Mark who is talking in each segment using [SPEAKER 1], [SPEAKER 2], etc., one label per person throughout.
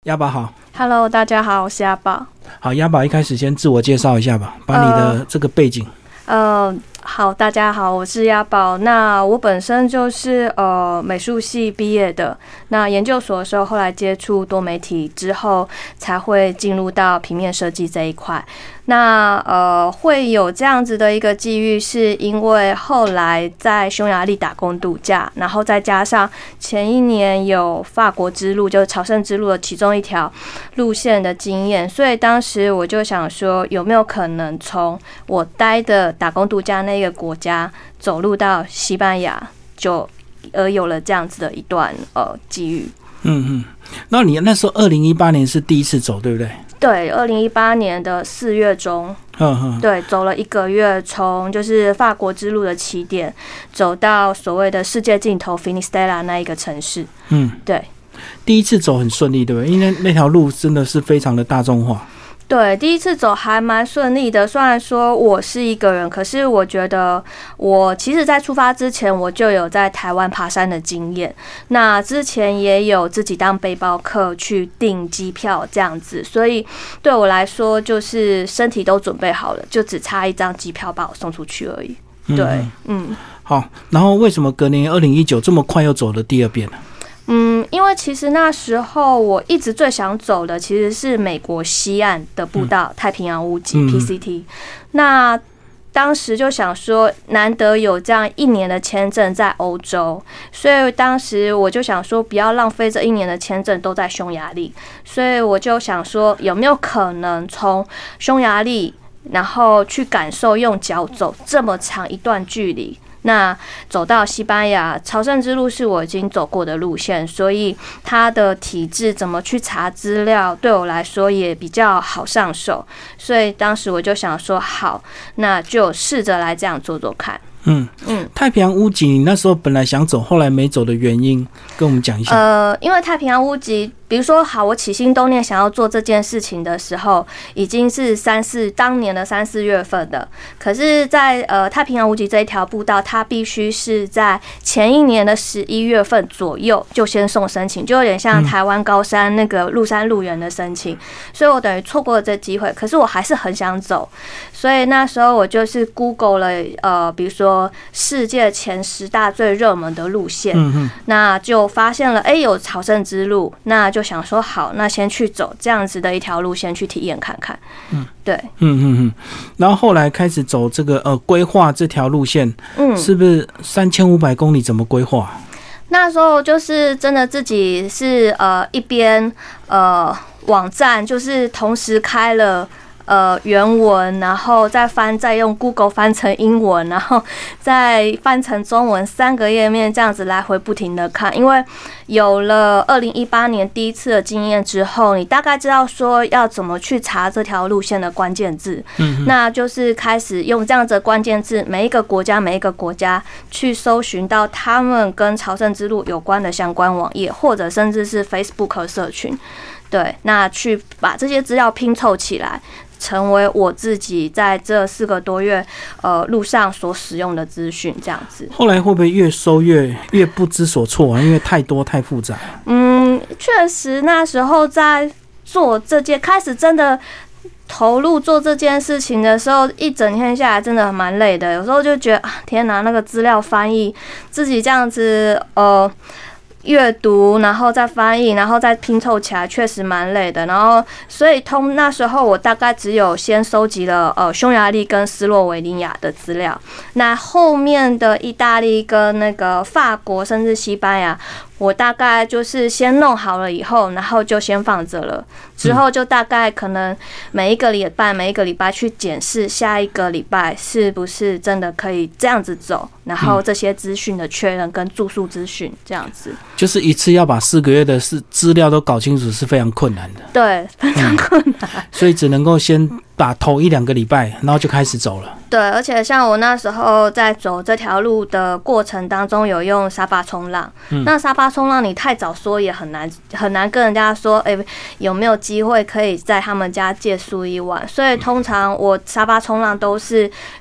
[SPEAKER 1] 鸭宝好。
[SPEAKER 2] Hello， 大家好，我是鸭宝。
[SPEAKER 1] 好，鸭宝一开始先自我介绍一下吧，把你的这个背景。
[SPEAKER 2] 好，大家好，我是鸭宝。那我本身就是美术系毕业的，那研究所的时候，后来接触多媒体之后，才会进入到平面设计这一块。那会有这样子的一个际遇，是因为后来在匈牙利打工度假，然后再加上前一年有法国之路，就是朝圣之路的其中一条路线的经验，所以当时我就想说，有没有可能从我待的打工度假那个国家走路到西班牙，就有了这样子的一段际遇。
[SPEAKER 1] 那你那时候2018年是第一次走，对不对？
[SPEAKER 2] 对，2018年的4月中，对，走了1个月，从就是法国之路的起点走到所谓的世界尽头 Finistera 那一个城市。对，
[SPEAKER 1] 第一次走很顺利，对不对？因为那条路真的是非常的大众化。
[SPEAKER 2] 对，第一次走还蛮顺利的。虽然说我是一个人，可是我觉得我其实在出发之前我就有在台湾爬山的经验，那之前也有自己当背包客去订机票这样子，所以对我来说就是身体都准备好了，就只差一张机票把我送出去而已。对，
[SPEAKER 1] 好，然后为什么隔年2019这么快又走了第二遍呢？
[SPEAKER 2] 因为其实那时候我一直最想走的其实是美国西岸的步道，太平洋屋脊 PCT。那当时就想说，难得有这样1年的签证在欧洲，所以当时我就想说，不要浪费这1年的签证都在匈牙利，所以我就想说，有没有可能从匈牙利，然后去感受用脚走这么长一段距离。那走到西班牙，朝圣之路是我已经走过的路线，所以它的体制怎么去查资料，对我来说也比较好上手。所以当时我就想说，好，那就试着来这样做做看。
[SPEAKER 1] 太平洋屋脊你那时候本来想走，后来没走的原因，跟我们讲一下。
[SPEAKER 2] 因为太平洋屋脊，比如说，好，我起心动念想要做这件事情的时候，已经是当年的3、4月份的。可是在，太平洋屋脊这一条步道，它必须是在前一年的11月份左右就先送申请，就有点像台湾高山那个鹿山鹿园的申请。所以我等于错过了这机会，可是我还是很想走，所以那时候我就是 Google 了，比如说世界前10大最热门的路线，那就发现了，有朝圣之路，那就想说好，那先去走这样子的一条路线去体验看看。对，
[SPEAKER 1] 然后后来开始走这个规划这条路线，是不是3500公里？怎么规划？
[SPEAKER 2] 那时候就是真的自己是一边网站就是同时开了原文，然后再用 Google 翻成英文，然后再翻成中文，3个页面这样子来回不停的看。因为有了2018年第一次的经验之后，你大概知道说要怎么去查这条路线的关键字，那就是开始用这样子的关键字，每一个国家去搜寻到他们跟朝圣之路有关的相关网页，或者甚至是 Facebook 社群。对，那去把这些资料拼凑起来，成为我自己在这4个多月路上所使用的资讯，这样子。后
[SPEAKER 1] 来会不会越收越不知所措啊？因为太多太复杂。
[SPEAKER 2] 确实那时候在做开始真的投入做这件事情的时候，一整天下来真的蛮累的。有时候就觉得天哪，那个资料翻译自己这样子阅读，然后再翻译，然后再拼凑起来，确实蛮累的。然后，所以那时候我大概只有先收集了匈牙利跟斯洛维尼亚的资料，那后面的意大利跟那个法国甚至西班牙，我大概就是先弄好了以后，然后就先放着了。之后就大概可能每一个礼拜去检视下一个礼拜是不是真的可以这样子走，然后这些资讯的确认跟住宿资讯这样子。
[SPEAKER 1] 就是一次要把4个月的资料都搞清楚是非常困难的。
[SPEAKER 2] 对，非常困难。
[SPEAKER 1] 所以只能够先把头1、2个礼拜，然后就开始走了。
[SPEAKER 2] 对，而且像我那时候在走这条路的过程当中，有用沙发冲浪。那沙发冲浪你太早说也很难跟人家说，有没有机会可以在他们家借宿1晚？所以通常我沙发冲浪都是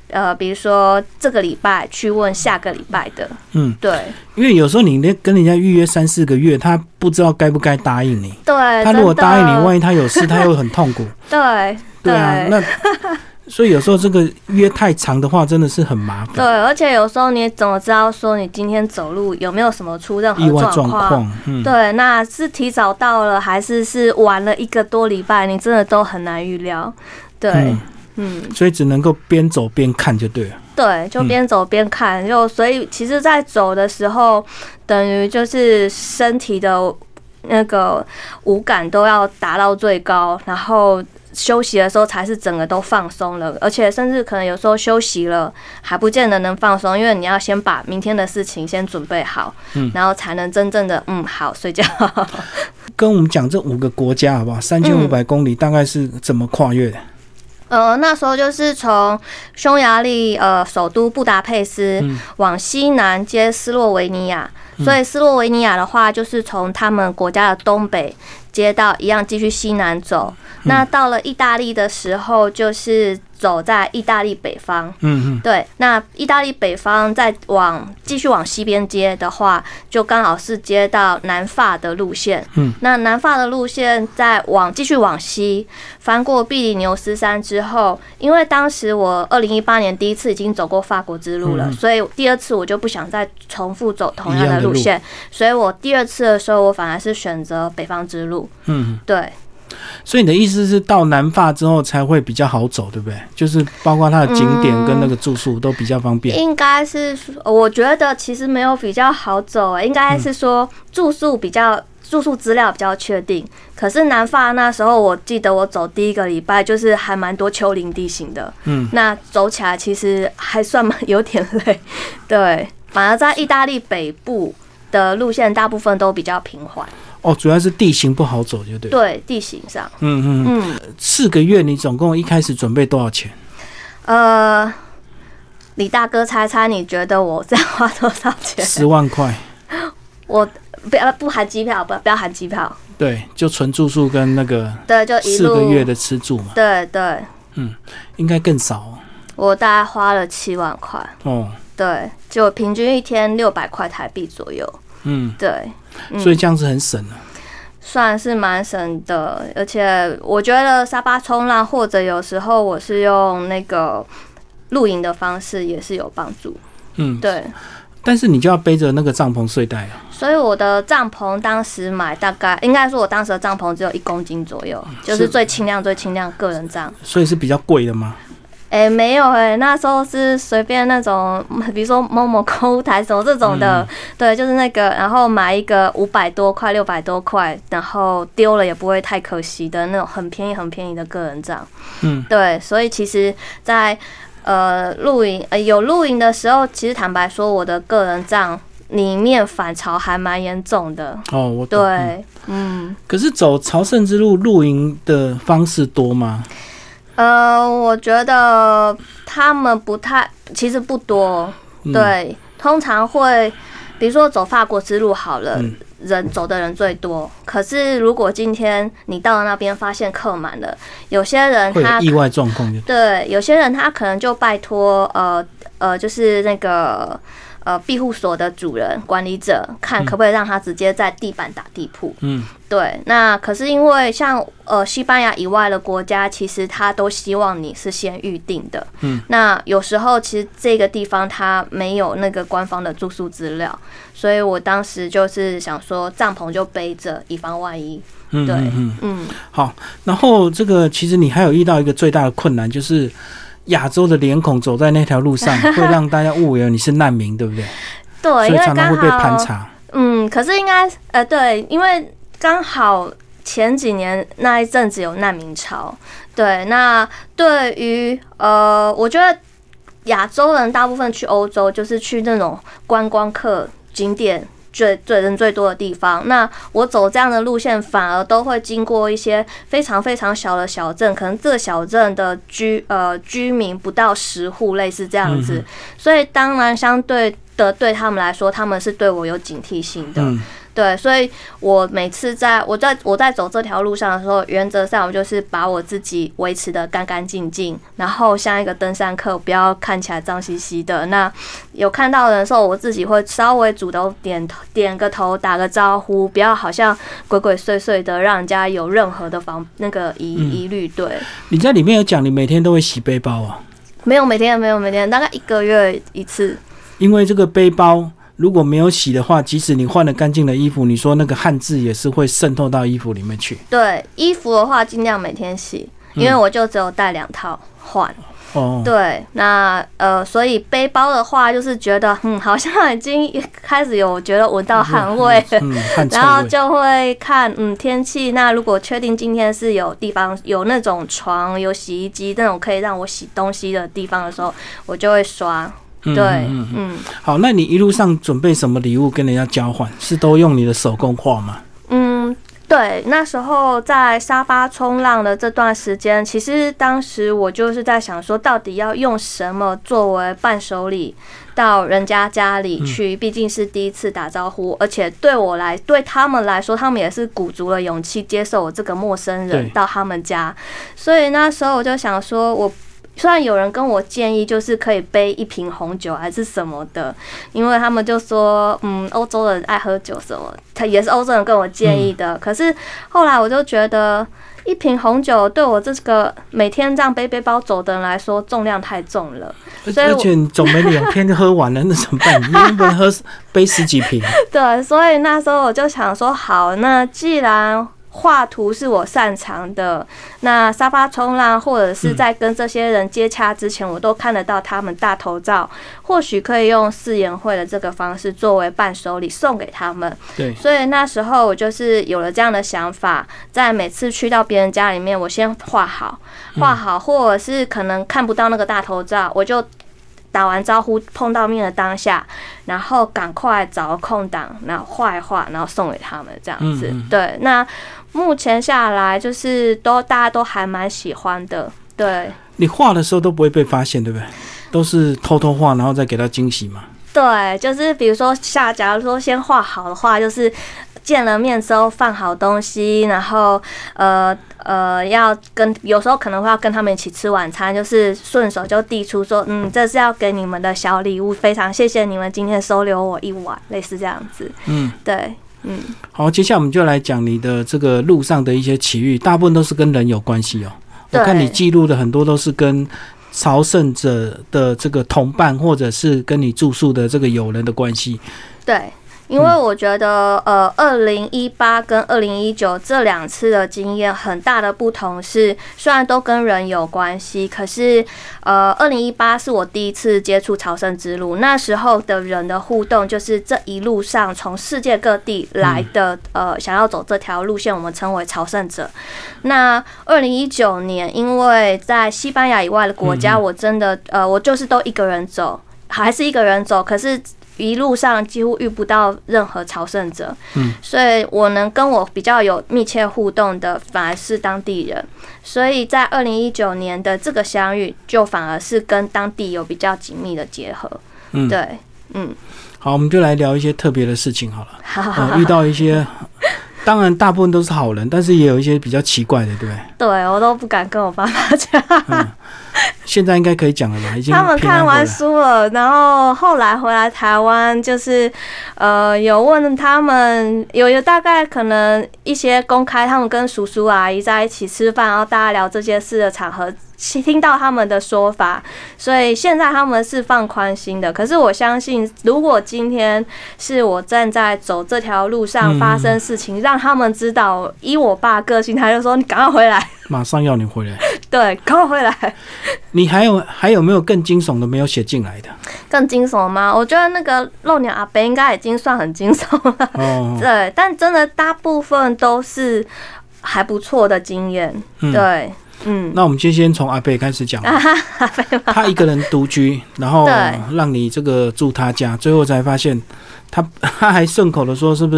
[SPEAKER 2] 比如说这个礼拜去问下个礼拜的。对，
[SPEAKER 1] 因为有时候你跟人家预约3-4个月，他不知道该不该答应你。
[SPEAKER 2] 对，
[SPEAKER 1] 他如果答应你，万一他有事，他又很痛苦。
[SPEAKER 2] 对
[SPEAKER 1] 啊，那所以有时候这个约太长的话，真的是很麻烦。
[SPEAKER 2] 对，而且有时候你怎么知道说你今天走路有没有什么出任何
[SPEAKER 1] 意外状况？
[SPEAKER 2] 对，那是提早到了，还是晚了1个多礼拜，你真的都很难预料。对，
[SPEAKER 1] 所以只能够边走边看就对了。
[SPEAKER 2] 对，就边走边看，所以其实，在走的时候，等于就是身体的那个五感都要达到最高，然后休息的时候才是整个都放松了，而且甚至可能有时候休息了还不见得能放松，因为你要先把明天的事情先准备好，然后才能真正的好睡觉。
[SPEAKER 1] 跟我们讲这5个国家好不好？3500公里大概是怎么跨越的？
[SPEAKER 2] 那时候就是从匈牙利首都布达佩斯往西南接斯洛维尼亚，所以斯洛维尼亚的话就是从他们国家的东北接到一样继续西南走。那到了意大利的时候，就是走在意大利北方。对，那意大利北方再继续往西边接的话，就刚好是接到南法的路线。那南法的路线再继续往西，翻过比利牛斯山之后，因为当时我2018年第一次已经走过法国之路了，所以第2次我就不想再重复走同样的路线，所以我第2次的时候，我反而是选择北方之路。对。
[SPEAKER 1] 所以你的意思是到南法之后才会比较好走，对不对？就是包括它的景点跟那个住宿都比较方便。
[SPEAKER 2] 应该是，我觉得其实没有比较好走，应该是说住宿资料比较确定。可是南法那时候，我记得我走第1个礼拜就是还蛮多丘陵地形的，那走起来其实还算有点累。对，反而在意大利北部的路线大部分都比较平缓。
[SPEAKER 1] 主要是地形不好走，就对。
[SPEAKER 2] 对，地形上。
[SPEAKER 1] 4个月，你总共一开始准备多少钱？
[SPEAKER 2] 李大哥，猜猜你觉得我这样花多少钱
[SPEAKER 1] ？10万块。
[SPEAKER 2] 我不含机票，不要含机票。
[SPEAKER 1] 对，就纯住宿跟那个。
[SPEAKER 2] 对，就一路
[SPEAKER 1] 4个月的吃住嘛。
[SPEAKER 2] 对对。
[SPEAKER 1] 应该更少。
[SPEAKER 2] 我大概花了7万块。对，就平均一天600块台币左右。对。
[SPEAKER 1] 所以这样子很省了。
[SPEAKER 2] 算是蛮省的，而且我觉得沙巴冲浪或者有时候我是用那个露营的方式也是有帮助。对。
[SPEAKER 1] 但是你就要背着那个帐篷睡袋啊。
[SPEAKER 2] 所以我的帐篷当时买大概应该说我当时的帐篷只有1公斤左右，就是最轻量个人帐。所
[SPEAKER 1] 以是比较贵的吗？
[SPEAKER 2] 没有那时候是随便那种，比如说某某购物台什么这种的，对，就是那个，然后买一个500多块、600多块，然后丢了也不会太可惜的那种很便宜的个人帐。对，所以其实在露营有露营的时候，其实坦白说，我的个人帐里面反潮还蛮严重的。
[SPEAKER 1] 我懂。
[SPEAKER 2] 对，
[SPEAKER 1] 可是走朝圣之路露营的方式多吗？
[SPEAKER 2] 我觉得他们其实不多。对，通常会，比如说走法国之路好了，走的人最多。可是如果今天你到了那边发现客满了，有些人他
[SPEAKER 1] 会有意外状况。
[SPEAKER 2] 对，有些人他可能就拜托就是那个庇护所的主人管理者看可不可以让他直接在地板打地铺。对，那可是因为像西班牙以外的国家，其实他都希望你是先预定的。那有时候其实这个地方他没有那个官方的住宿资料，所以我当时就是想说帐篷就背着以防万一。对，
[SPEAKER 1] 好，然后这个其实你还有遇到一个最大的困难，就是亚洲的脸孔走在那条路上，会让大家误以为你是难民，对不对？
[SPEAKER 2] 对，
[SPEAKER 1] 所以常常会被盘查。
[SPEAKER 2] 可是应该对，因为刚好前几年那一阵子有难民潮。对，那对于我觉得亚洲人大部分去欧洲就是去那种观光客景点人最多的地方，那我走这样的路线反而都会经过一些非常非常小的小镇，可能这个小镇的居民不到10户，类似这样子。所以当然相对的对他们来说，他们是对我有警惕性的。 对，所以我每次我在走这条路上的时候，原则上我就是把我自己维持得干干净净，然后像一个登山客，不要看起来脏兮兮的。那有看到人的时候，我自己会稍微主动点个头，打个招呼，不要好像鬼鬼祟祟的，让人家有任何的疑虑。对，
[SPEAKER 1] 你在里面有讲，你每天都会洗背包啊？
[SPEAKER 2] 没有每天，大概1个月一次。因
[SPEAKER 1] 为这个背包如果没有洗的话，即使你换了干净的衣服，你说那个汗渍也是会渗透到衣服里面去。
[SPEAKER 2] 对，衣服的话尽量每天洗，因为我就只有带2套换。对，那所以背包的话，就是觉得好像已经开始有觉得闻到汗味，然后就会看天气。那如果确定今天是有地方有那种床、有洗衣机那种可以让我洗东西的地方的时候，我就会刷。对，
[SPEAKER 1] 好，那你一路上准备什么礼物跟人家交换？是都用你的手工画吗？
[SPEAKER 2] 对，那时候在沙发冲浪的这段时间，其实当时我就是在想说，到底要用什么作为伴手礼到人家家里去？毕竟是第一次打招呼，而且对他们来说，他们也是鼓足了勇气接受我这个陌生人到他们家，所以那时候我就想说，虽然有人跟我建议，就是可以背1瓶红酒还是什么的，因为他们就说，欧洲人爱喝酒什么，他也是欧洲人跟我建议的。可是后来我就觉得，1瓶红酒对我这个每天这样背背包走的人来说，重量太重了。
[SPEAKER 1] 而且你总没2天就喝完了，那怎么办？你能不能背10几瓶？
[SPEAKER 2] 对，所以那时候我就想说，好，那既然画图是我擅长的，那沙发冲浪或者是在跟这些人接洽之前，我都看得到他们大头照，或许可以用4言会的这个方式作为伴手礼送给他们。对，所以那时候我就是有了这样的想法，在每次去到别人家里面，我先画好，或者是可能看不到那个大头照，我就打完招呼碰到面的当下，然后赶快找个空档，然后画一画，然后送给他们这样子。对，那目前下来就是大家都还蛮喜欢的。对，你
[SPEAKER 1] 画的时候都不会被发现，对不对？都是偷偷画，然后再给他惊喜嘛。
[SPEAKER 2] 对，就是比如说假如说先画好的话，就是见了面之后放好东西，然后有时候可能会要跟他们一起吃晚餐，就是顺手就递出说，这是要给你们的小礼物，非常谢谢你们今天收留我1晚，类似这样子。对，
[SPEAKER 1] 好，接下来我们就来讲你的这个路上的一些奇遇，大部分都是跟人有关系哦。我看你记录的很多都是跟朝圣者的这个同伴，或者是跟你住宿的这个友人的关系。
[SPEAKER 2] 对。因为我觉得，2018跟2019这2次的经验很大的不同是，虽然都跟人有关系，可是2018是我第一次接触朝圣之路，那时候的人的互动就是这一路上从世界各地来的想要走这条路线，我们称为朝圣者。那2019年，因为在西班牙以外的国家，我真的我就是都一个人走，还是一个人走，可是一路上几乎遇不到任何朝圣者，所以我能跟我比较有密切互动的反而是当地人，所以在2019年的这个相遇，就反而是跟当地有比较紧密的结合。对，
[SPEAKER 1] 好，我们就来聊一些特别的事情好了。遇到一些，当然大部分都是好人，但是也有一些比较奇怪的，对不对？
[SPEAKER 2] 对，我都不敢跟我爸妈讲。
[SPEAKER 1] 现在应该可以讲了吧？已经
[SPEAKER 2] 他们看完书了，然后后来回来台湾，就是有问他们，有大概可能一些公开，他们跟叔叔阿姨在一起吃饭，然后大家聊这些事的场合，听到他们的说法，所以现在他们是放宽心的。可是我相信，如果今天是我站在走这条路上发生事情，让他们知道，以我爸个性，他就说你赶快回来，
[SPEAKER 1] 马上要你回来。
[SPEAKER 2] 对，赶快回来。
[SPEAKER 1] 你还有没有更惊悚的没有写进来的？
[SPEAKER 2] 更惊悚吗？我觉得那个漏鸟阿伯应该已经算很惊悚了。对，但真的大部分都是还不错的经验。对。
[SPEAKER 1] 那我们先从阿伯开始讲。他一个人独居，然后让你这个住他家，最后才发现他还顺口的说，是不是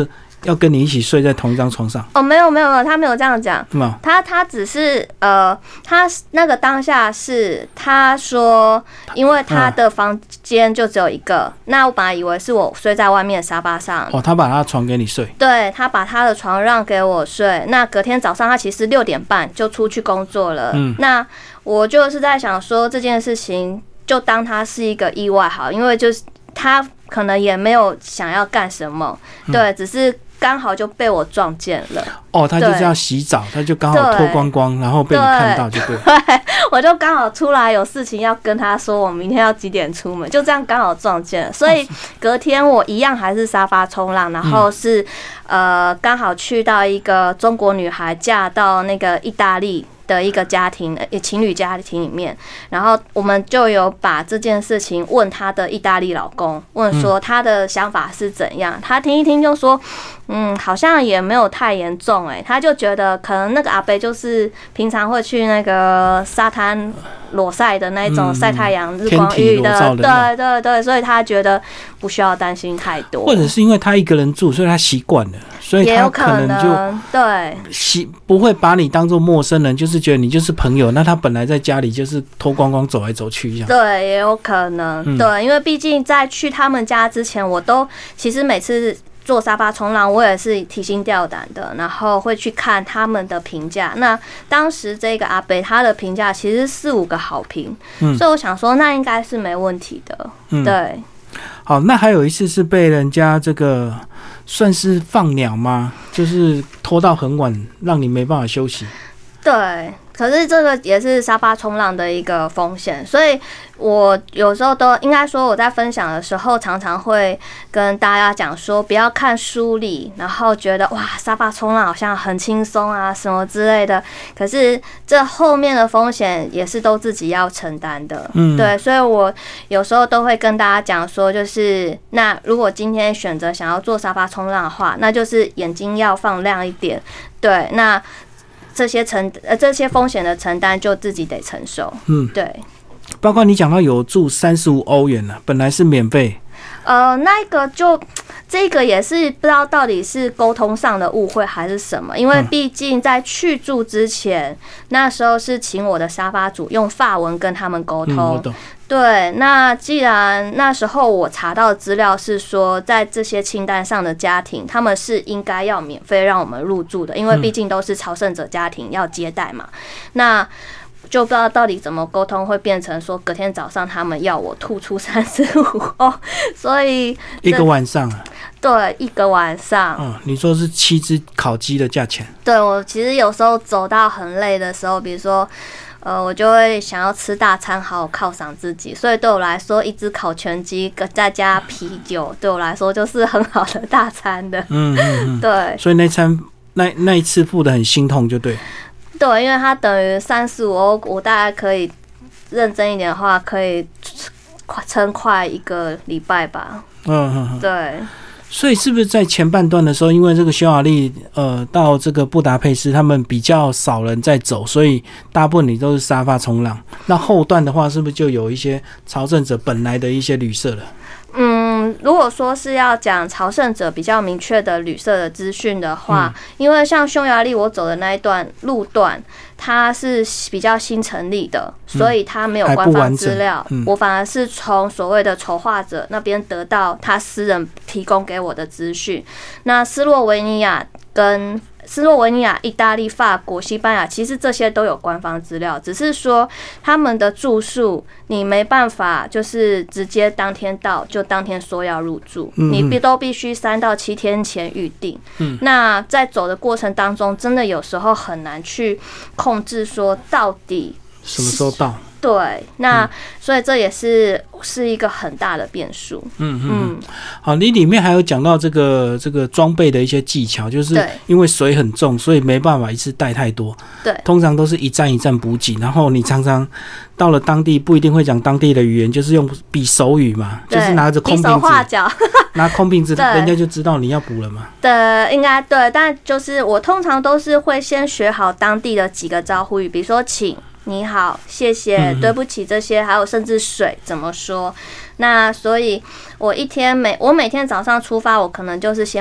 [SPEAKER 1] 要跟你一起睡在同一张床上？
[SPEAKER 2] 哦，没有，他没有这样讲。他只是他那个当下是他说，因为他的房间就只有一个，那我本来以为是我睡在外面的沙发上。
[SPEAKER 1] 哦，他把他的床给你睡？
[SPEAKER 2] 对，他把他的床让给我睡。那隔天早上他其实6点半就出去工作了。那我就是在想说这件事情就当它是一个意外好，因为就是他可能也没有想要干什么，对，只是刚好就被我撞见了。哦，
[SPEAKER 1] 他就是要洗澡，他就刚好脱光光，然后被你看到就对了。
[SPEAKER 2] 对，我就刚好出来有事情要跟他说，我明天要几点出门，就这样刚好撞见了。所以隔天我一样还是沙发冲浪，然后是刚好去到一个中国女孩嫁到那个意大利的一个家庭，情侣家庭里面，然后我们就有把这件事情问她的意大利老公，问说他的想法是怎样。他听一听就说，好像也没有太严重，他就觉得可能那个阿伯就是平常会去那个沙滩裸晒的那种晒太阳日光浴的，对，所以他觉得不需要担心太多。
[SPEAKER 1] 或者是因为他一个人住，所以他习惯了，所以他可能就
[SPEAKER 2] 对
[SPEAKER 1] 不会把你当作陌生人，就是觉得你就是朋友。那他本来在家里就是脱光光走来走去一样。
[SPEAKER 2] 对，也有可能。对，因为毕竟在去他们家之前，我都其实每次做沙发冲浪，我也是提心吊胆的，然后会去看他们的评价。那当时这个阿伯他的评价其实是4-5个好评，所以我想说那应该是没问题的。对。
[SPEAKER 1] 好，那还有一次是被人家这个算是放鸟吗？就是拖到很晚，让你没办法休息。
[SPEAKER 2] 对。可是这个也是沙发冲浪的一个风险，所以我有时候都应该说我在分享的时候，常常会跟大家讲说，不要看书里，然后觉得哇沙发冲浪好像很轻松啊什么之类的。可是这后面的风险也是都自己要承担的。对，所以我有时候都会跟大家讲说，就是那如果今天选择想要做沙发冲浪的话，那就是眼睛要放亮一点。对，那这些风险的承担就自己得承受。对。
[SPEAKER 1] 包括你讲到有住35欧元了，本来是免费。
[SPEAKER 2] 那个这个也是不知道到底是沟通上的误会还是什么，因为毕竟在去住之前，那时候是请我的沙发主用法文跟他们沟通。
[SPEAKER 1] 我懂。
[SPEAKER 2] 对，那既然那时候我查到的资料是说，在这些清单上的家庭，他们是应该要免费让我们入住的，因为毕竟都是朝圣者家庭要接待嘛。那就不知道到底怎么沟通，会变成说隔天早上他们要我吐出35欧，所以
[SPEAKER 1] 一个晚上啊。
[SPEAKER 2] 对，一个晚上。
[SPEAKER 1] 你说是7只烤鸡的价钱？对，
[SPEAKER 2] 我其实有时候走到很累的时候，比如说我就会想要吃大餐，好好犒赏自己，所以对我来说，一只烤全鸡再加啤酒，对我来说就是很好的大餐的。对。所以
[SPEAKER 1] 那一次付的很心痛，就对。
[SPEAKER 2] 对，因为它等于35欧，我大概可以认真一点的话，可以撑快1个礼拜吧。对。
[SPEAKER 1] 所以是不是在前半段的时候，因为这个匈牙利到这个布达佩斯，他们比较少人在走，所以大部分你都是沙发冲浪。那后段的话，是不是就有一些朝圣者本来的一些旅社了？
[SPEAKER 2] 如果说是要讲朝圣者比较明确的旅社的资讯的话，因为像匈牙利我走的那一段路段，它是比较新成立的，所以它没有官方资料。我反而是从所谓的筹划者那边得到他私人提供给我的资讯。那斯洛维尼亚、意大利、法国、西班牙，其实这些都有官方资料，只是说他们的住宿你没办法就是直接当天到就当天说要入住，你都必须3到7天前预定。那在走的过程当中，真的有时候很难去控制说到底
[SPEAKER 1] 什么时候到。
[SPEAKER 2] 对，那所以这也是一个很大的变数。
[SPEAKER 1] 好，你里面还有讲到这个装备的一些技巧，就是因为水很重，所以没办法一次带太多。
[SPEAKER 2] 对，
[SPEAKER 1] 通常都是一站一站补给，然后你常常到了当地不一定会讲当地的语言，就是用比手语嘛，就是拿着空瓶子，比手
[SPEAKER 2] 画脚，
[SPEAKER 1] 拿空瓶子，人家就知道你要补了嘛。
[SPEAKER 2] 对，应该对，但就是我通常都是会先学好当地的几个招呼语，比如说请、你好、谢谢、对不起这些，还有甚至水怎么说。那所以我每天早上出发，我可能就是先会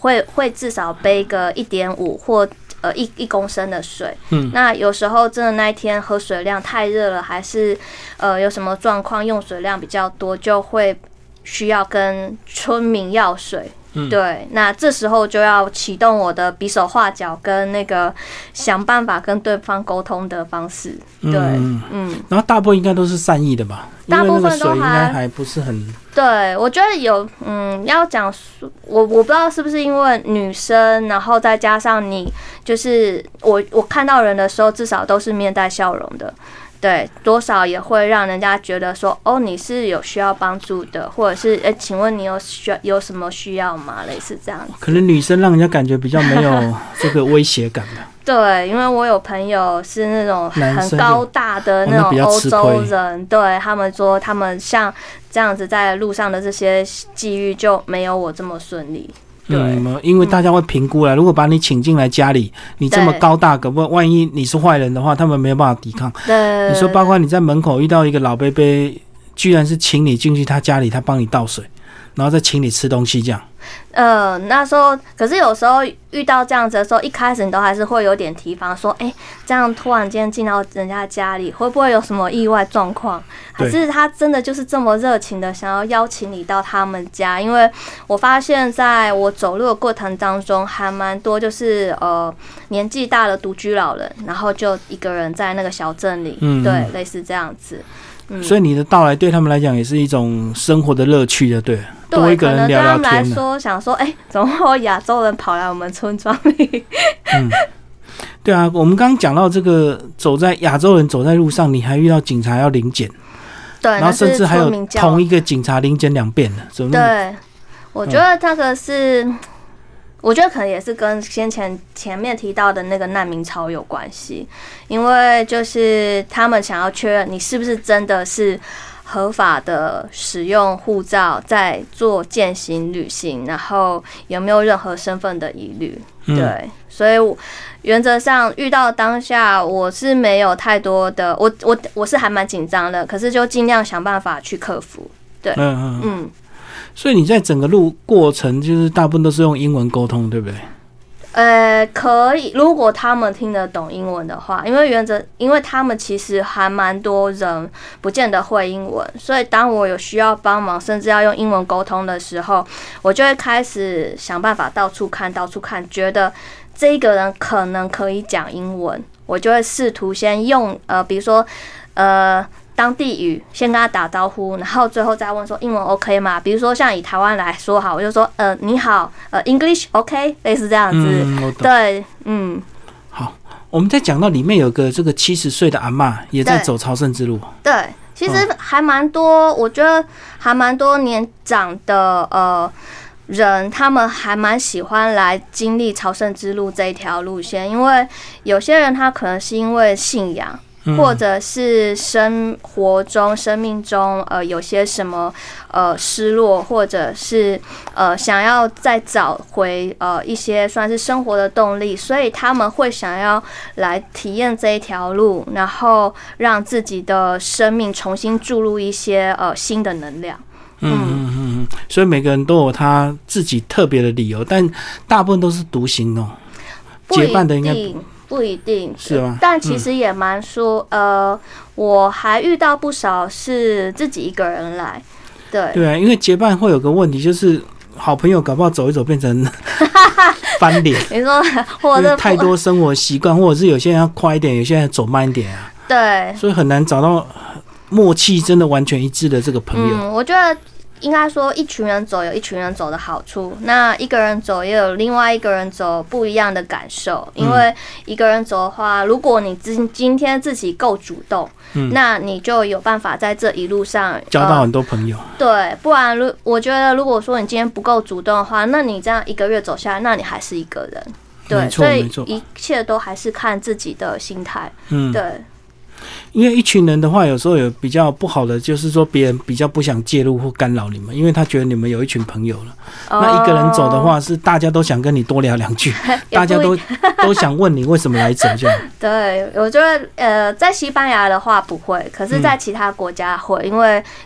[SPEAKER 2] 会至少背个1.5或1公升的水。那有时候真的那一天喝水量太热了，还是有什么状况用水量比较多，就会需要跟村民要水。对，那这时候就要启动我的比手画脚跟那个想办法跟对方沟通的方式。对，然
[SPEAKER 1] 后大部分应该都是善意的吧？
[SPEAKER 2] 大部分都
[SPEAKER 1] 水应该还不是很。
[SPEAKER 2] 对，我觉得有，要讲我不知道是不是因为女生，然后再加上你，就是我看到人的时候，至少都是面带笑容的。对，多少也会让人家觉得说，哦，你是有需要帮助的，或者是，请问你有什么需要吗？类似这样子。
[SPEAKER 1] 可能女生让人家感觉比较没有这个威胁感吧。
[SPEAKER 2] 对，因为我有朋友是那种很高大的那种欧洲人，对，他们说他们像这样子在路上的这些际遇就没有我这么顺利。
[SPEAKER 1] 因为大家会评估啦，如果把你请进来家里，你这么高大，可不万一你是坏人的话，他们没有办法抵抗。
[SPEAKER 2] 对，
[SPEAKER 1] 你说包括你在门口遇到一个老伯伯，居然是请你进去他家里，他帮你倒水，然后再请你吃东西这样。
[SPEAKER 2] 那时候，可是有时候遇到这样子的时候，一开始你都还是会有点提防，说，这样突然间进到人家家里，会不会有什么意外状况？还是他真的就是这么热情的想要邀请你到他们家？因为我发现在我走路的过程当中，还蛮多就是年纪大的独居老人，然后就一个人在那个小镇里，对，类似这样子。
[SPEAKER 1] 所以你的到来对他们来讲也是一种生活的乐趣的，对，多一个人聊聊天。可能对他们
[SPEAKER 2] 来说，想说，怎么会有亚洲人跑来我们村庄里？
[SPEAKER 1] 对啊，我们刚刚讲到这个，亚洲人走在路上，你还遇到警察要临检，
[SPEAKER 2] 对，
[SPEAKER 1] 然后甚至还有同一个警察临检2遍的，
[SPEAKER 2] 对，我觉得这个是。我觉得可能也是跟前面提到的那个难民潮有关系，因为就是他们想要确认你是不是真的是合法的使用护照在做健行旅行，然后有没有任何身份的疑虑。对，所以原则上遇到当下我是没有太多的，我是还蛮紧张的，可是就尽量想办法去克服。对，
[SPEAKER 1] 所以你在整个过程就是大部分都是用英文沟通，对不对？
[SPEAKER 2] 可以，如果他们听得懂英文的话，因为他们其实还蛮多人不见得会英文，所以当我有需要帮忙，甚至要用英文沟通的时候，我就会开始想办法到处看，觉得这个人可能可以讲英文，我就会试图先用比如说当地语先跟他打招呼，然后最后再问说英文 OK 吗？比如说像以台湾来说好，我就说你好English OK， 类似这样子。对，
[SPEAKER 1] 好，我们再讲到里面有个这个70岁的阿嬷也在走朝圣之路。
[SPEAKER 2] 对，其实还蛮多，我觉得还蛮多年长的人，他们还蛮喜欢来经历朝圣之路这一条路线，因为有些人他可能是因为信仰。或者是生命中有些什么失落，或者是想要再找回一些算是生活的动力，所以他们会想要来体验这一条路，然后让自己的生命重新注入一些新的能量。
[SPEAKER 1] 所以每个人都有他自己特别的理由，但大部分都是独行哦。结伴的应该
[SPEAKER 2] 不一定
[SPEAKER 1] 是吗？
[SPEAKER 2] 但其实也蛮说，我还遇到不少是自己一个人来。对
[SPEAKER 1] 啊，因为结伴会有个问题，就是好朋友搞不好走一走变成翻脸。
[SPEAKER 2] 你说，或者
[SPEAKER 1] 太多生活习惯，或者是有些人要快一点，有些人走慢一点啊。
[SPEAKER 2] 对，
[SPEAKER 1] 所以很难找到默契真的完全一致的这个朋友。
[SPEAKER 2] 我觉得。应该说，一群人走有一群人走的好处，那一个人走也有另外一个人走不一样的感受。因为一个人走的话，如果你今天自己够主动，那你就有办法在这一路上
[SPEAKER 1] 交到很多朋友。
[SPEAKER 2] 对，不然我觉得如果说你今天不够主动的话，那你这样1个月走下来，那你还是一个人。对，所以一切都还是看自己的心态。对。
[SPEAKER 1] 因为一群人的话，有时候有比较不好的，就是说别人比较不想介入或干扰你们，因为他觉得你们有一群朋友了。那一个人走的话，是大家都想跟你多聊2句，大家都想问你为什么来走这样。
[SPEAKER 2] 对，我觉得在西班牙的话不会，可是在其他国家会，因为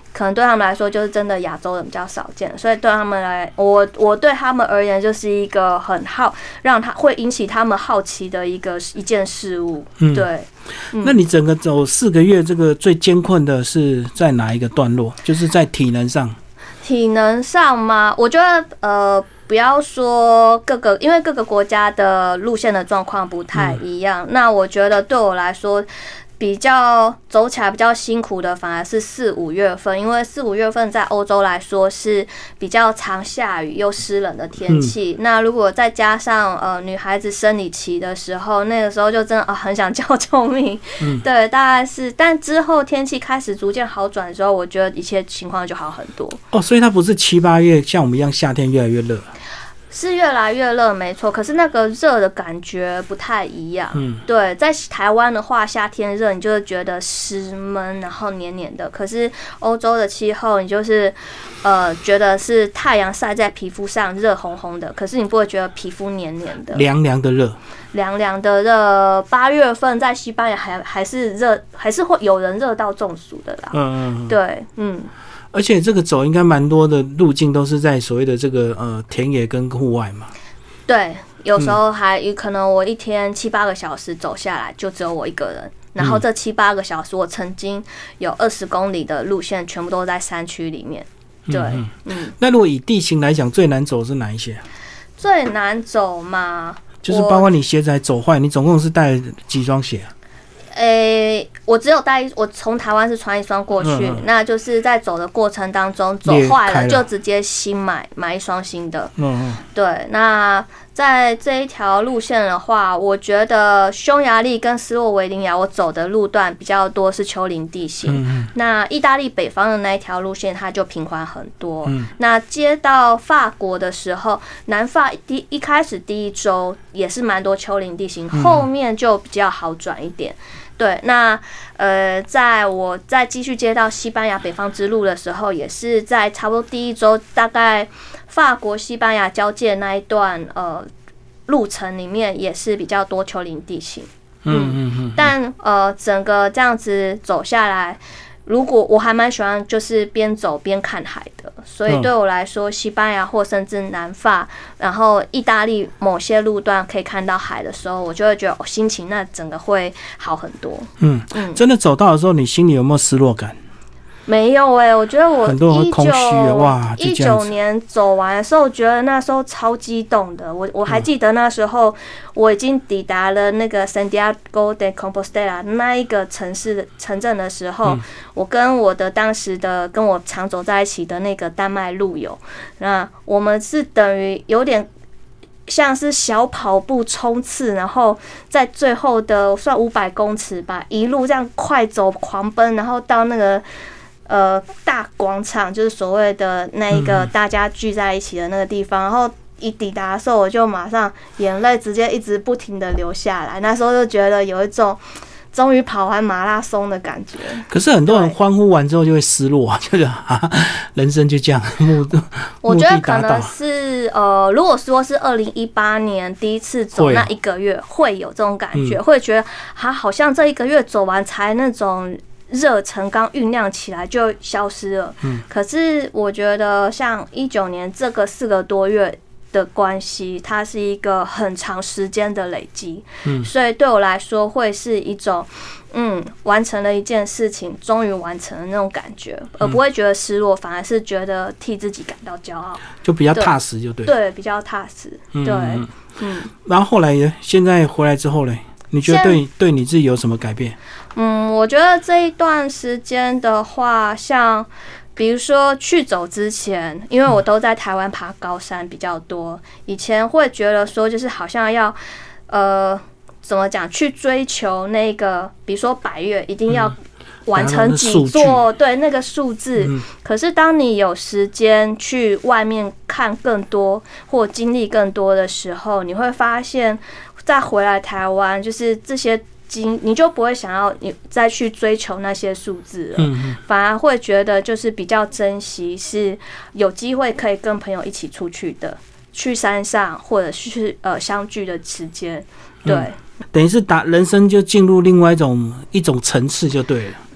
[SPEAKER 2] 可能对他们来说就是真的亚洲人比较少见，所以对他们来，我对他们而言就是一个很让他会引起他们好奇的一件事物。对。
[SPEAKER 1] 那你整个走4个月，这个最艰困的是在哪一个段落？就是在体能上。
[SPEAKER 2] 体能上吗？我觉得不要说因为各个国家的路线的状况不太一样。那我觉得对我来说，比较走起来比较辛苦的反而是4、5月份，因为4、5月份在欧洲来说是比较常下雨又湿冷的天气。那如果再加上女孩子生理期的时候，那个时候就真的很想叫救命。对，大概是，但之后天气开始逐渐好转的时候，我觉得一切情况就好很多。
[SPEAKER 1] 所以它不是7、8月像我们一样夏天越来越热。
[SPEAKER 2] 是越来越热，没错。可是那个热的感觉不太一样。对，在台湾的话，夏天热，你就会觉得湿闷，然后黏黏的。可是欧洲的气候，你就是觉得是太阳晒在皮肤上，热烘烘的。可是你不会觉得皮肤黏黏的，
[SPEAKER 1] 凉凉的热，
[SPEAKER 2] 凉凉的热。8月份在西班牙还是热，还是会有人热到中暑的啦。对，
[SPEAKER 1] 而且这个走应该蛮多的路径都是在所谓的这个田野跟户外嘛。
[SPEAKER 2] 对，有时候还有可能我一天7、8个小时走下来就只有我一个人，然后这7、8个小时我曾经有20公里的路线全部都在山区里面。对，
[SPEAKER 1] 那如果以地形来讲，最难走是哪一些？
[SPEAKER 2] 最难走嘛，
[SPEAKER 1] 就是包括你鞋子还走坏，你总共是带几双鞋啊？
[SPEAKER 2] 我只有我从台湾是穿1双过去，那就是在走的过程当中走坏了就直接新买1双新的。对，那在这一条路线的话，我觉得匈牙利跟斯洛维尼亚我走的路段比较多是丘陵地形。那意大利北方的那一条路线它就平缓很多。那接到法国的时候，南法一开始第一周也是蛮多丘陵地形，后面就比较好转一点。对，那在我再继续接到西班牙北方之路的时候，也是在差不多第一周，大概法国西班牙交界那一段路程里面，也是比较多丘陵地形。但整个这样子走下来，如果我还蛮喜欢就是边走边看海的，所以对我来说，西班牙或甚至南法，然后意大利某些路段可以看到海的时候，我就会觉得心情那整个会好很多。
[SPEAKER 1] 真的走到的时候，你心里有没有失落感？
[SPEAKER 2] 没有我觉得我
[SPEAKER 1] 很多人会空虚哇
[SPEAKER 2] ！19年走完的时候，我觉得那时候超激动的。我还记得那时候我已经抵达了那个 Santiago de Compostela 那一个城镇的时候，我跟我的当时的跟我常走在一起的那个丹麦路友，那我们是等于有点像是小跑步冲刺，然后在最后的算500公尺吧，一路这样快走狂奔，然后到那个大广场，就是所谓的那一个大家聚在一起的那个地方，然后一抵达的时候，我就马上眼泪直接一直不停的流下来。那时候就觉得有一种终于跑完马拉松的感觉。
[SPEAKER 1] 可是很多人欢呼完之后就会失落，就是人生就这样，
[SPEAKER 2] 我觉得可能是如果说是2018年第一次走那1个月，会有这种感觉，会觉得好像这1个月走完才那种热忱刚酝酿起来就消失了。可是我觉得像19年这个4个多月的关系，它是一个很长时间的累积，所以对我来说会是一种完成了一件事情，终于完成了那种感觉，而不会觉得失落，反而是觉得替自己感到骄傲，
[SPEAKER 1] 就比较踏实，就对，
[SPEAKER 2] 对，比较踏实，对，
[SPEAKER 1] 然后后来现在回来之后呢，你觉得对你自己有什么改变？
[SPEAKER 2] 我觉得这一段时间的话，像比如说去走之前，因为我都在台湾爬高山比较多，以前会觉得说就是好像要怎么讲，去追求那个，比如说100月一定要完成几座，对那个数字。可是当你有时间去外面看更多或经历更多的时候，你会发现再回来台湾，就是这些你就不会想要你再去追求那些数字了，反而会觉得就是比较珍惜是有机会可以跟朋友一起出去的，去山上或者是相聚的时间，对，
[SPEAKER 1] 等于是人生就进入另外一种层次就对了。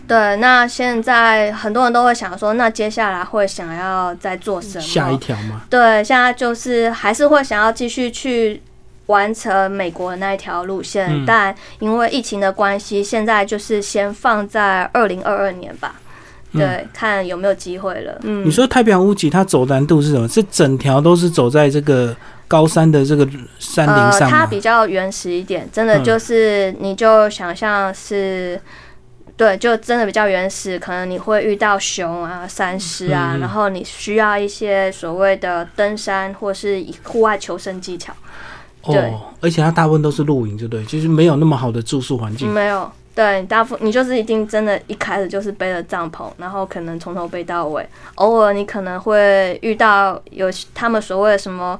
[SPEAKER 2] 对，那现在很多人都会想说，那接下来会想要再做什么？
[SPEAKER 1] 下一条吗？
[SPEAKER 2] 对，现在就是还是会想要继续去完成美国的那一条路线，但因为疫情的关系，现在就是先放在2022年吧。对，看有没有机会了。
[SPEAKER 1] 你说太平洋屋脊它走难度是什么？是整条都是走在这个高山的这个山林上吗？
[SPEAKER 2] 它比较原始一点，真的就是你就想象是。对，就真的比较原始，可能你会遇到熊啊、山狮啊，然后你需要一些所谓的登山或是户外求生技巧。对，
[SPEAKER 1] 而且它大部分都是露营，就对，就是没有那么好的住宿环境。
[SPEAKER 2] 没有，对，大部分你就是一定真的一开始就是背了帐篷，然后可能从头背到尾。偶尔你可能会遇到有他们所谓的什么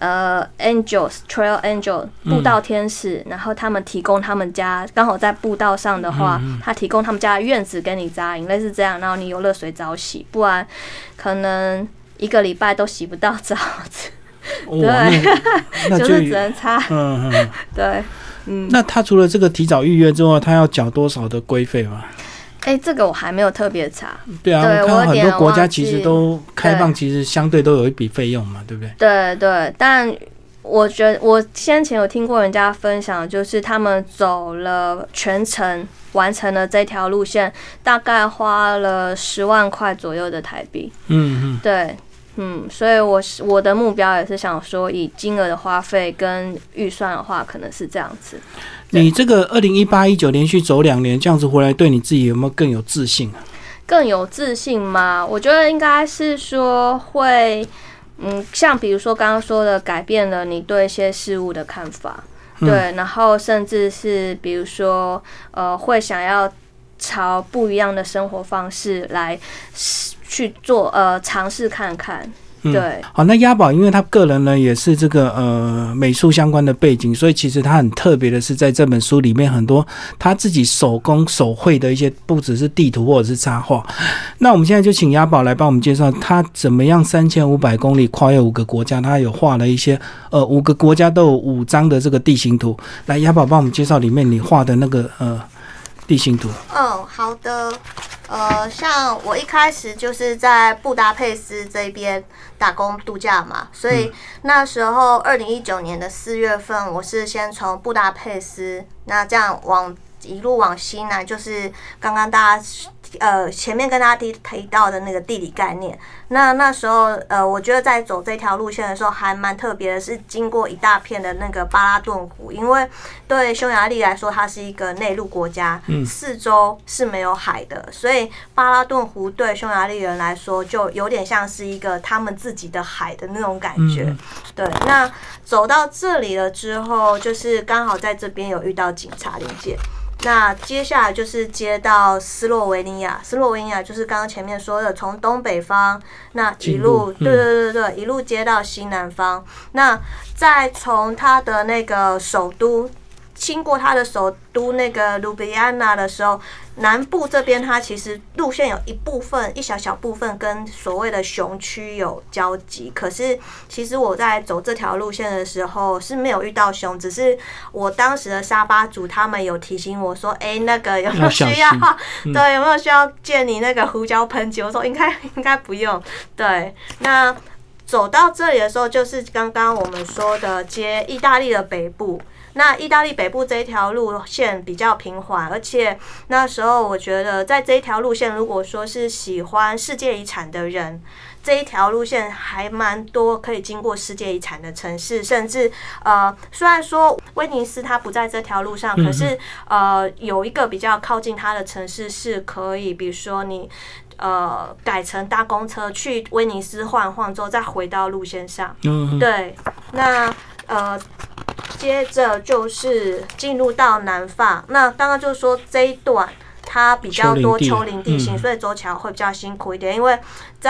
[SPEAKER 2] angels trail angel 步道天使，然后他们提供他们家刚好在步道上的话，他提供他们家的院子给你扎营，类似这样，然后你有热水澡洗，不然可能1个礼拜都洗不到澡。对，就是只能擦。对。
[SPEAKER 1] 那他除了这个提早预约之外，他要缴多少的规费吗？
[SPEAKER 2] 这个我还没有特别查。
[SPEAKER 1] 对啊，我看很多国家其实都开放，其实相对都有一笔费用嘛，对不对？
[SPEAKER 2] 对对，但我觉得我先前有听过人家分享，就是他们走了全程，完成了这条路线，大概花了10万块左右的台币。对。所以我的目标也是想说，以金额的花费跟预算的话，可能是这样子。
[SPEAKER 1] 你这个2018、19连续走2年这样子回来，对你自己有没有更有自信啊？
[SPEAKER 2] 更有自信吗？我觉得应该是说会，像比如说刚刚说的，改变了你对一些事物的看法，对，然后甚至是比如说会想要朝不一样的生活方式来去做尝试看看。对，
[SPEAKER 1] 好，那鸭宝因为他个人呢也是这个美术相关的背景，所以其实他很特别的是在这本书里面很多他自己手工手绘的一些不只是地图或者是插画。那我们现在就请鸭宝来帮我们介绍他怎么样3500公里跨越5个国家，他有画了一些5个国家都有5张的这个地形图。来，鸭宝帮我们介绍里面你画的那个地形图。
[SPEAKER 3] 好的。像我一开始就是在布达佩斯这边打工度假嘛，所以那时候2019年的4月份，我是先从布达佩斯，那这样一路往西南，就是刚刚大家前面跟大家提到的那个地理概念。那时候我觉得在走这条路线的时候还蛮特别的，是经过一大片的那个巴拉顿湖，因为对匈牙利来说它是一个内陆国家，四周是没有海的，所以巴拉顿湖对匈牙利人来说就有点像是一个他们自己的海的那种感觉。对，那走到这里了之后，就是刚好在这边有遇到警察临检。那接下来就是接到斯洛维尼亚就是刚刚前面说的，从东北方那一路，对，一路接到西南方。那再从它的那个首都，经过它的首都那个卢比安娜的时候，南部这边它其实路线有一小部分跟所谓的熊区有交集，可是其实我在走这条路线的时候是没有遇到熊，只是我当时的沙巴族他们有提醒我说，那个有没有需要对，有没有需要借你那个胡椒喷剂？我说应该不用。对，那走到这里的时候，就是刚刚我们说的接意大利的北部。那意大利北部这一条路线比较平缓，而且那时候我觉得在这一条路线，如果说是喜欢世界遗产的人，这一条路线还蛮多可以经过世界遗产的城市，甚至虽然说威尼斯它不在这条路上，可是有一个比较靠近它的城市是可以，比如说你改成搭公车去威尼斯晃晃之后再回到路线上。对，那接着就是进入到南法，那刚刚就是说这一段它比较多丘陵地形，所以走起来会比较辛苦一点，因为在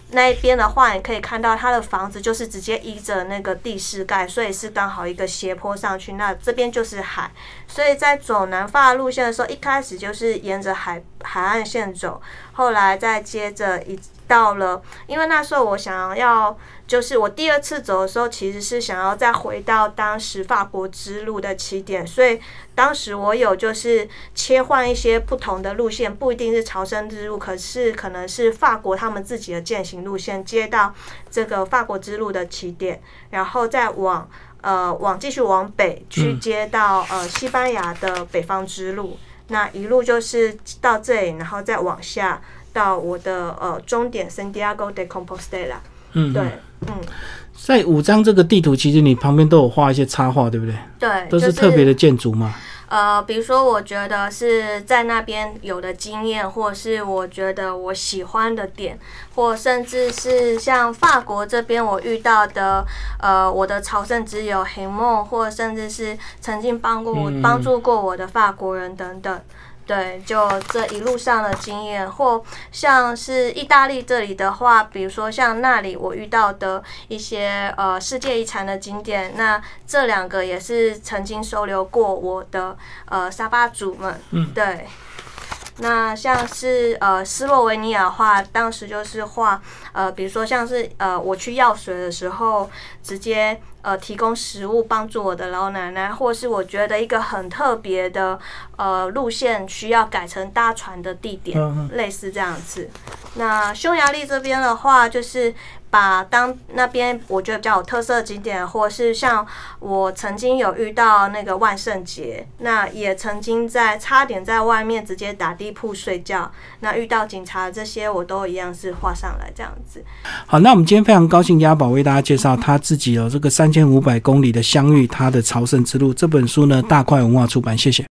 [SPEAKER 3] 那一边的话，你可以看到它的房子就是直接依着那个地势盖，所以是刚好一个斜坡上去。那这边就是海，所以在走南法路线的时候，一开始就是沿着海岸线走，后来再接着到了，因为那时候我想要，就是我第二次走的时候，其实是想要再回到当时法国之路的起点，所以当时我有就是切换一些不同的路线，不一定是朝圣之路，可能是法国他们自己的健行路线，接到这个法国之路的起点，然后再继续往北去接到西班牙的北方之路，那一路就是到这里，然后再往下到我的终点 Santiago de Compostela。对，
[SPEAKER 1] 在5张这个地图，其实你旁边都有画一些插画，对不对？
[SPEAKER 3] 对，
[SPEAKER 1] 都是特别的建筑嘛。
[SPEAKER 3] 比如说我觉得是在那边有的经验，或是我觉得我喜欢的点，或甚至是像法国这边我遇到的我的朝圣之友黑梦，或甚至是曾经帮助过我的法国人等等。对，就这一路上的经验，或像是意大利这里的话，比如说像那里我遇到的一些世界遗产的景点，那这2个也是曾经收留过我的沙巴主们。对。那像是斯洛维尼亚的话，当时就是画比如说像是我去药水的时候，直接提供食物帮助我的老奶奶，或是我觉得一个很特别的路线需要改成搭船的地点，类似这样子。那匈牙利这边的话，就是把那边我觉得比较有特色的景点，或是像我曾经有遇到那个万圣节，那也曾经差点在外面直接打地铺睡觉，那遇到警察这些我都一样是画上来这样子。
[SPEAKER 1] 好，那我们今天非常高兴鸭宝为大家介绍他自己有这个3500公里的相遇，他的朝圣之路这本书呢，大块文化出版，谢谢。